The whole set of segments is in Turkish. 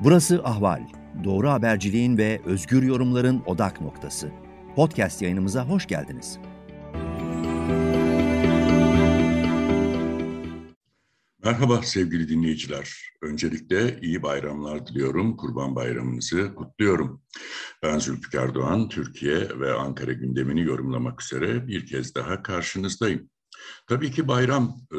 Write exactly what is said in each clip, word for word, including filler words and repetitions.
Burası Ahval, doğru haberciliğin ve özgür yorumların odak noktası. Podcast yayınımıza hoş geldiniz. Merhaba sevgili dinleyiciler. Öncelikle iyi bayramlar diliyorum. Kurban Bayramınızı kutluyorum. Ben Zülfikar Doğan, Türkiye ve Ankara gündemini yorumlamak üzere bir kez daha karşınızdayım. Tabii ki bayram e,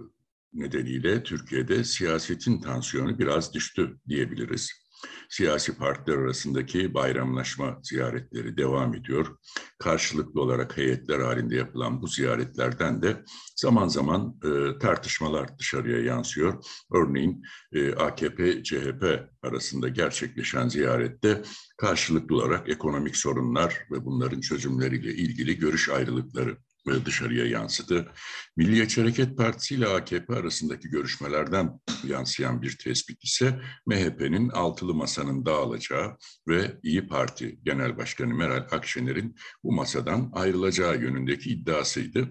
nedeniyle Türkiye'de siyasetin tansiyonu biraz düştü diyebiliriz. Siyasi partiler arasındaki bayramlaşma ziyaretleri devam ediyor. Karşılıklı olarak heyetler halinde yapılan bu ziyaretlerden de zaman zaman e, tartışmalar dışarıya yansıyor. Örneğin e, A K P C H P arasında gerçekleşen ziyarette karşılıklı olarak ekonomik sorunlar ve bunların çözümleriyle ilgili görüş ayrılıkları dışarıya yansıdı. Milliyetçi Hareket Partisi ile A K P arasındaki görüşmelerden yansıyan bir tespit ise M H P'nin altılı masanın dağılacağı ve İyi Parti Genel Başkanı Meral Akşener'in bu masadan ayrılacağı yönündeki iddiasıydı.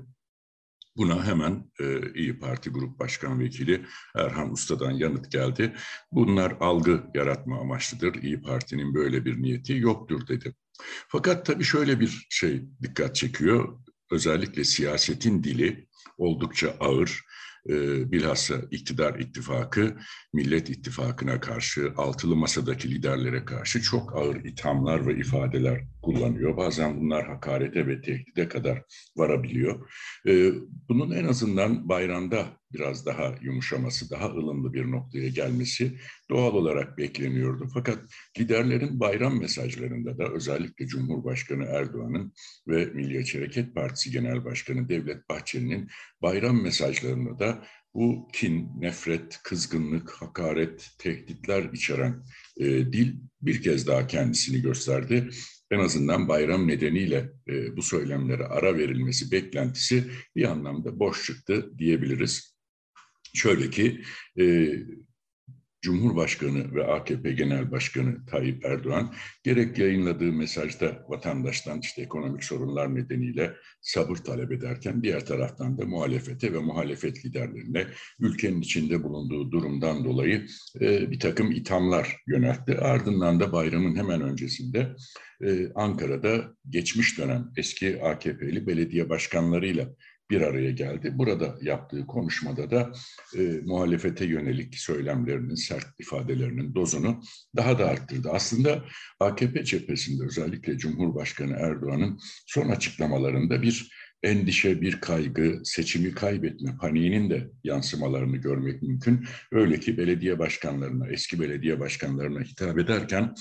Buna hemen e, İyi Parti Grup Başkan Vekili Erhan Usta'dan yanıt geldi. Bunlar algı yaratma amaçlıdır. İyi Parti'nin böyle bir niyeti yoktur dedi. Fakat tabii şöyle bir şey dikkat çekiyor. Özellikle siyasetin dili oldukça ağır. Ee, bilhassa iktidar ittifakı, Millet İttifakı'na karşı, altılı masadaki liderlere karşı çok ağır ithamlar ve ifadeler kullanıyor. Bazen bunlar hakarete ve tehdide kadar varabiliyor. Ee, bunun en azından bayramda biraz daha yumuşaması, daha ılımlı bir noktaya gelmesi doğal olarak bekleniyordu. Fakat liderlerin bayram mesajlarında da özellikle Cumhurbaşkanı Erdoğan'ın ve Milliyetçi Hareket Partisi Genel Başkanı Devlet Bahçeli'nin bayram mesajlarında da bu kin, nefret, kızgınlık, hakaret, tehditler içeren e, dil bir kez daha kendisini gösterdi. En azından bayram nedeniyle e, bu söylemlere ara verilmesi beklentisi bir anlamda boş çıktı diyebiliriz. Şöyle ki e, Cumhurbaşkanı ve A K P Genel Başkanı Tayyip Erdoğan gerek yayınladığı mesajda vatandaştan işte ekonomik sorunlar nedeniyle sabır talep ederken diğer taraftan da muhalefete ve muhalefet liderlerine ülkenin içinde bulunduğu durumdan dolayı e, bir takım ithamlar yöneltti. Ardından da bayramın hemen öncesinde e, Ankara'da geçmiş dönem eski A K P'li belediye başkanlarıyla bir araya geldi. Burada yaptığı konuşmada da e, muhalefete yönelik söylemlerinin, sert ifadelerinin dozunu daha da arttırdı. Aslında A K P cephesinde özellikle Cumhurbaşkanı Erdoğan'ın son açıklamalarında bir endişe, bir kaygı, seçimi kaybetme paniğinin de yansımalarını görmek mümkün. Öyle ki belediye başkanlarına, eski belediye başkanlarına hitap ederken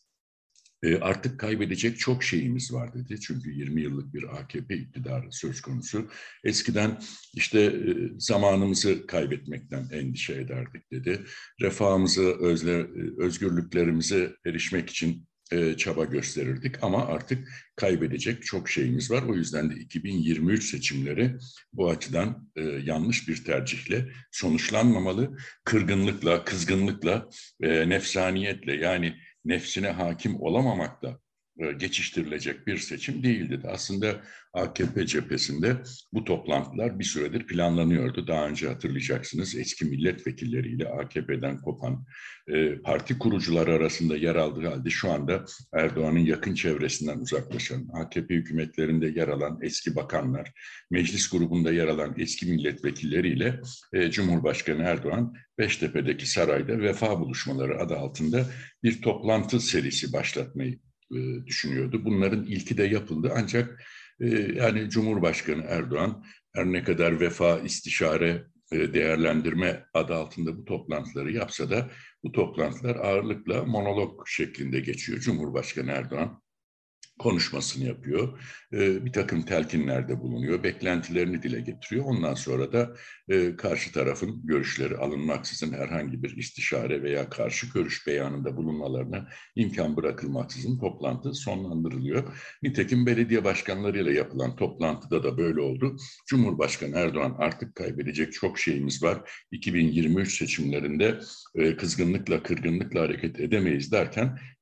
E, artık kaybedecek çok şeyimiz var dedi. Çünkü yirmi yıllık bir A K P iktidarı söz konusu. Eskiden işte e, zamanımızı kaybetmekten endişe ederdik dedi. Refahımızı, özle, özgürlüklerimize erişmek için e, çaba gösterirdik. Ama artık kaybedecek çok şeyimiz var. O yüzden de iki bin yirmi üç seçimleri bu açıdan e, yanlış bir tercihle sonuçlanmamalı. Kırgınlıkla, kızgınlıkla, e, nefsaniyetle yani nefsine hakim olamamakla geçiştirilecek bir seçim değildi. Aslında A K P cephesinde bu toplantılar bir süredir planlanıyordu. Daha önce hatırlayacaksınız eski milletvekilleriyle A K P'den kopan e, parti kurucuları arasında yer aldığı halde şu anda Erdoğan'ın yakın çevresinden uzaklaşan, A K P hükümetlerinde yer alan eski bakanlar, meclis grubunda yer alan eski milletvekilleriyle e, Cumhurbaşkanı Erdoğan Beştepe'deki sarayda vefa buluşmaları adı altında bir toplantı serisi başlatmayı e, düşünüyordu. Bunların ilki de yapıldı ancak e, yani Cumhurbaşkanı Erdoğan her ne kadar vefa, istişare, e, değerlendirme adı altında bu toplantıları yapsa da bu toplantılar ağırlıkla monolog şeklinde geçiyor. Cumhurbaşkanı Erdoğan konuşmasını yapıyor, e, bir takım telkinlerde bulunuyor, beklentilerini dile getiriyor. Ondan sonra da e, karşı tarafın görüşleri alınmaksızın herhangi bir istişare veya karşı görüş beyanında bulunmalarına imkan bırakılmaksızın toplantı sonlandırılıyor. Nitekim belediye başkanlarıyla yapılan toplantıda da böyle oldu. Cumhurbaşkanı Erdoğan artık kaybedecek çok şeyimiz var. iki bin yirmi üç seçimlerinde e, kızgınlıkla, kırgınlıkla hareket edemeyiz derken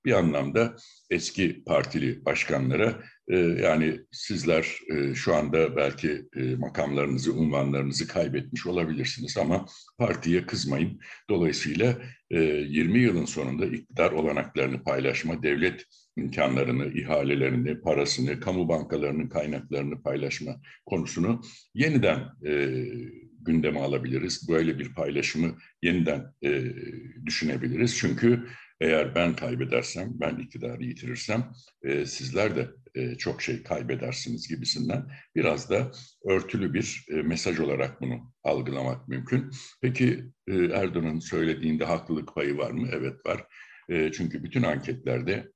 bir anlamda eski partili başkanlara e, yani sizler e, şu anda belki e, makamlarınızı, unvanlarınızı kaybetmiş olabilirsiniz ama partiye kızmayın. Dolayısıyla e, yirmi yılın sonunda iktidar olanaklarını paylaşma, devlet imkanlarını, ihalelerini, parasını, kamu bankalarının kaynaklarını paylaşma konusunu yeniden e, gündeme alabiliriz. Böyle bir paylaşımı yeniden e, düşünebiliriz. Çünkü eğer ben kaybedersem, ben iktidarı yitirirsem e, sizler de e, çok şey kaybedersiniz gibisinden biraz da örtülü bir e, mesaj olarak bunu algılamak mümkün. Peki e, Erdoğan'ın söylediğinde haklılık payı var mı? Evet var. E, çünkü bütün anketlerde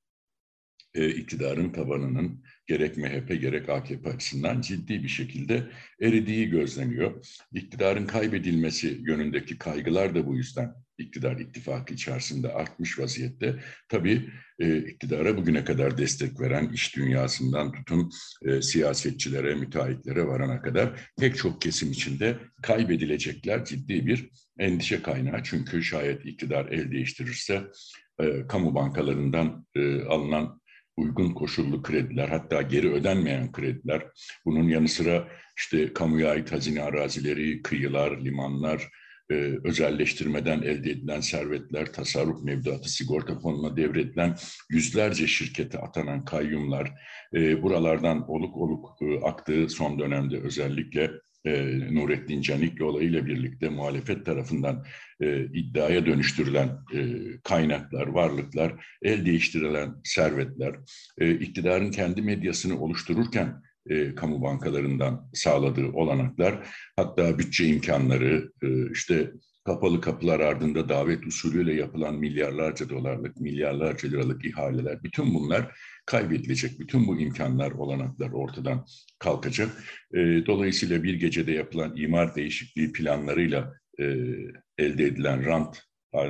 e, iktidarın tabanının gerek M H P gerek A K P açısından ciddi bir şekilde eridiği gözleniyor. İktidarın kaybedilmesi yönündeki kaygılar da bu yüzden iktidar ittifakı içerisinde artmış vaziyette. Tabii e, iktidara bugüne kadar destek veren iş dünyasından tutun e, siyasetçilere, müteahhitlere varana kadar pek çok kesim içinde kaybedilecekler ciddi bir endişe kaynağı. Çünkü şayet iktidar el değiştirirse e, kamu bankalarından e, alınan uygun koşullu krediler, hatta geri ödenmeyen krediler, bunun yanı sıra işte kamuya ait hazine arazileri, kıyılar, limanlar, e, özelleştirmeden elde edilen servetler, tasarruf mevduatı, sigorta fonuna devredilen yüzlerce şirkete atanan kayyumlar, e, buralardan oluk oluk e, aktığı son dönemde özellikle e, Nurettin Canikli olayıyla birlikte muhalefet tarafından e, iddiaya dönüştürülen e, kaynaklar, varlıklar, el değiştirilen servetler, e, iktidarın kendi medyasını oluştururken e, kamu bankalarından sağladığı olanaklar, hatta bütçe imkanları, e, işte kapalı kapılar ardında davet usulüyle yapılan milyarlarca dolarlık, milyarlarca liralık ihaleler, bütün bunlar kaybedilecek. Bütün bu imkanlar, olanaklar ortadan kalkacak. E, dolayısıyla bir gecede yapılan imar değişikliği planlarıyla e, elde edilen rant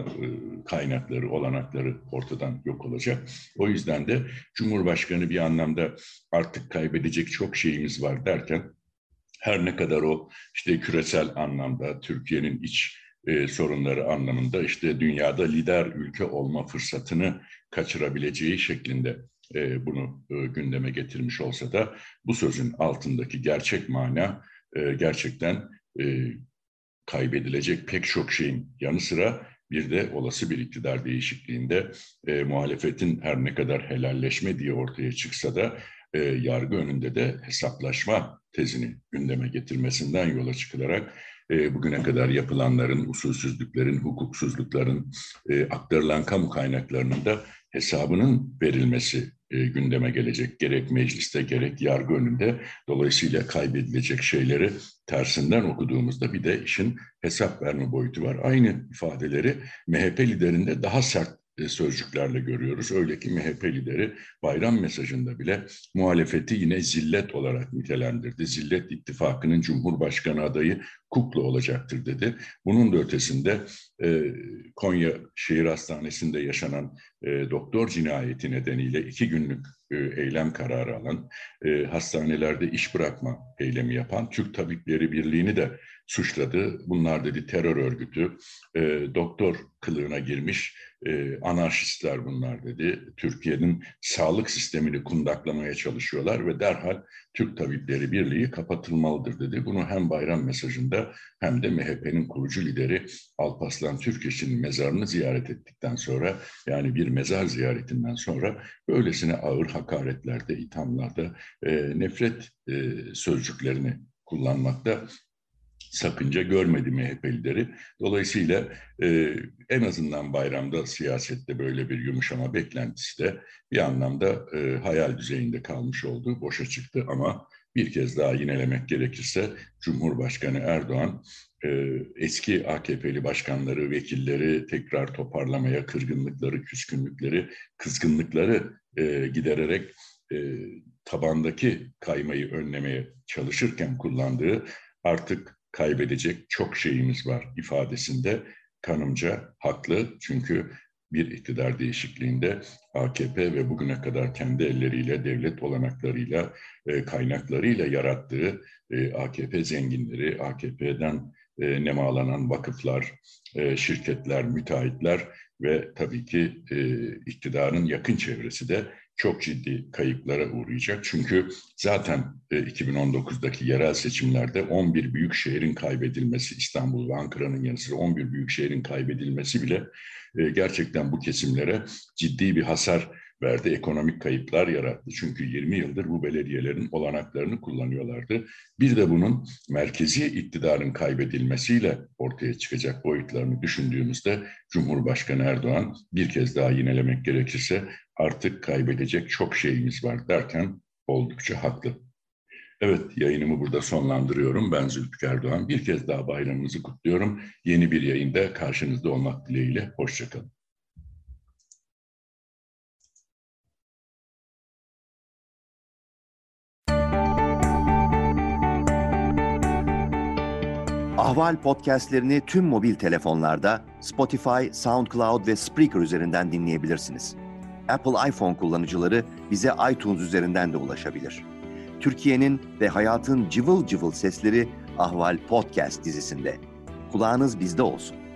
kaynakları, olanakları ortadan yok olacak. O yüzden de Cumhurbaşkanı bir anlamda artık kaybedecek çok şeyimiz var derken, her ne kadar o işte küresel anlamda Türkiye'nin iç e, sorunları anlamında işte dünyada lider ülke olma fırsatını kaçırabileceği şeklinde e, bunu e, gündeme getirmiş olsa da bu sözün altındaki gerçek mana e, gerçekten e, kaybedilecek pek çok şeyin yanı sıra bir de olası bir iktidar değişikliğinde e, muhalefetin her ne kadar helalleşme diye ortaya çıksa da e, yargı önünde de hesaplaşma tezini gündeme getirmesinden yola çıkılarak e, bugüne kadar yapılanların, usulsüzlüklerin, hukuksuzlukların, e, aktarılan kamu kaynaklarının da hesabının verilmesi e, gündeme gelecek. Gerek mecliste gerek yargı önünde. Dolayısıyla kaybedilecek şeyleri tersinden okuduğumuzda bir de işin hesap verme boyutu var. Aynı ifadeleri M H P liderinde daha sert sözcüklerle görüyoruz. Öyle ki M H P lideri bayram mesajında bile muhalefeti yine zillet olarak nitelendirdi. Zillet ittifakının Cumhurbaşkanı adayı kukla olacaktır dedi. Bunun da ötesinde e, Konya Şehir Hastanesi'nde yaşanan e, doktor cinayeti nedeniyle iki günlük e, eylem kararı alan, e, hastanelerde iş bırakma eylemi yapan Türk Tabipleri Birliği'ni de suçladı. Bunlar dedi terör örgütü, e, doktor kılığına girmiş e, anarşistler bunlar dedi. Türkiye'nin sağlık sistemini kundaklamaya çalışıyorlar ve derhal Türk Tabipleri Birliği kapatılmalıdır dedi. Bunu hem bayram mesajında hem de M H P'nin kurucu lideri Alparslan Türkeş'in mezarını ziyaret ettikten sonra, yani bir mezar ziyaretinden sonra böylesine ağır hakaretlerde, ithamlarda, e, nefret e, sözcüklerini kullanmakta sakınca görmedi M H P lideri. Dolayısıyla e, en azından bayramda siyasette böyle bir yumuşama beklentisi de bir anlamda e, hayal düzeyinde kalmış oldu. Boşa çıktı ama bir kez daha yinelemek gerekirse Cumhurbaşkanı Erdoğan e, eski A K P'li başkanları, vekilleri tekrar toparlamaya, kırgınlıkları, küskünlükleri, kızgınlıkları e, gidererek e, tabandaki kaymayı önlemeye çalışırken kullandığı artık kaybedecek çok şeyimiz var ifadesinde kanımca haklı. Çünkü bir iktidar değişikliğinde A K P ve bugüne kadar kendi elleriyle, devlet olanaklarıyla, e, kaynaklarıyla yarattığı e, A K P zenginleri, A K P'den e, nemalanan vakıflar, e, şirketler, müteahhitler ve tabii ki e, iktidarın yakın çevresi de çok ciddi kayıplara uğrayacak. Çünkü zaten e, iki bin on dokuzdaki yerel seçimlerde on bir büyük şehrin kaybedilmesi, İstanbul ve Ankara'nın yanı sıra on bir büyük şehrin kaybedilmesi bile e, gerçekten bu kesimlere ciddi bir hasar verdi, ekonomik kayıplar yarattı. Çünkü yirmi yıldır bu belediyelerin olanaklarını kullanıyorlardı. Bir de bunun merkezi iktidarın kaybedilmesiyle ortaya çıkacak boyutlarını düşündüğümüzde Cumhurbaşkanı Erdoğan bir kez daha yinelemek gerekirse artık kaybedecek çok şeyimiz var derken oldukça haklı. Evet, yayınımı burada sonlandırıyorum. Ben Zülfikar Doğan. Bir kez daha bayramınızı kutluyorum. Yeni bir yayında karşınızda olmak dileğiyle. Hoşça kalın. Ahval podcastlerini tüm mobil telefonlarda Spotify, SoundCloud ve Spreaker üzerinden dinleyebilirsiniz. Apple iPhone kullanıcıları bize iTunes üzerinden de ulaşabilir. Türkiye'nin ve hayatın cıvıl cıvıl sesleri Ahval Podcast dizisinde. Kulağınız bizde olsun.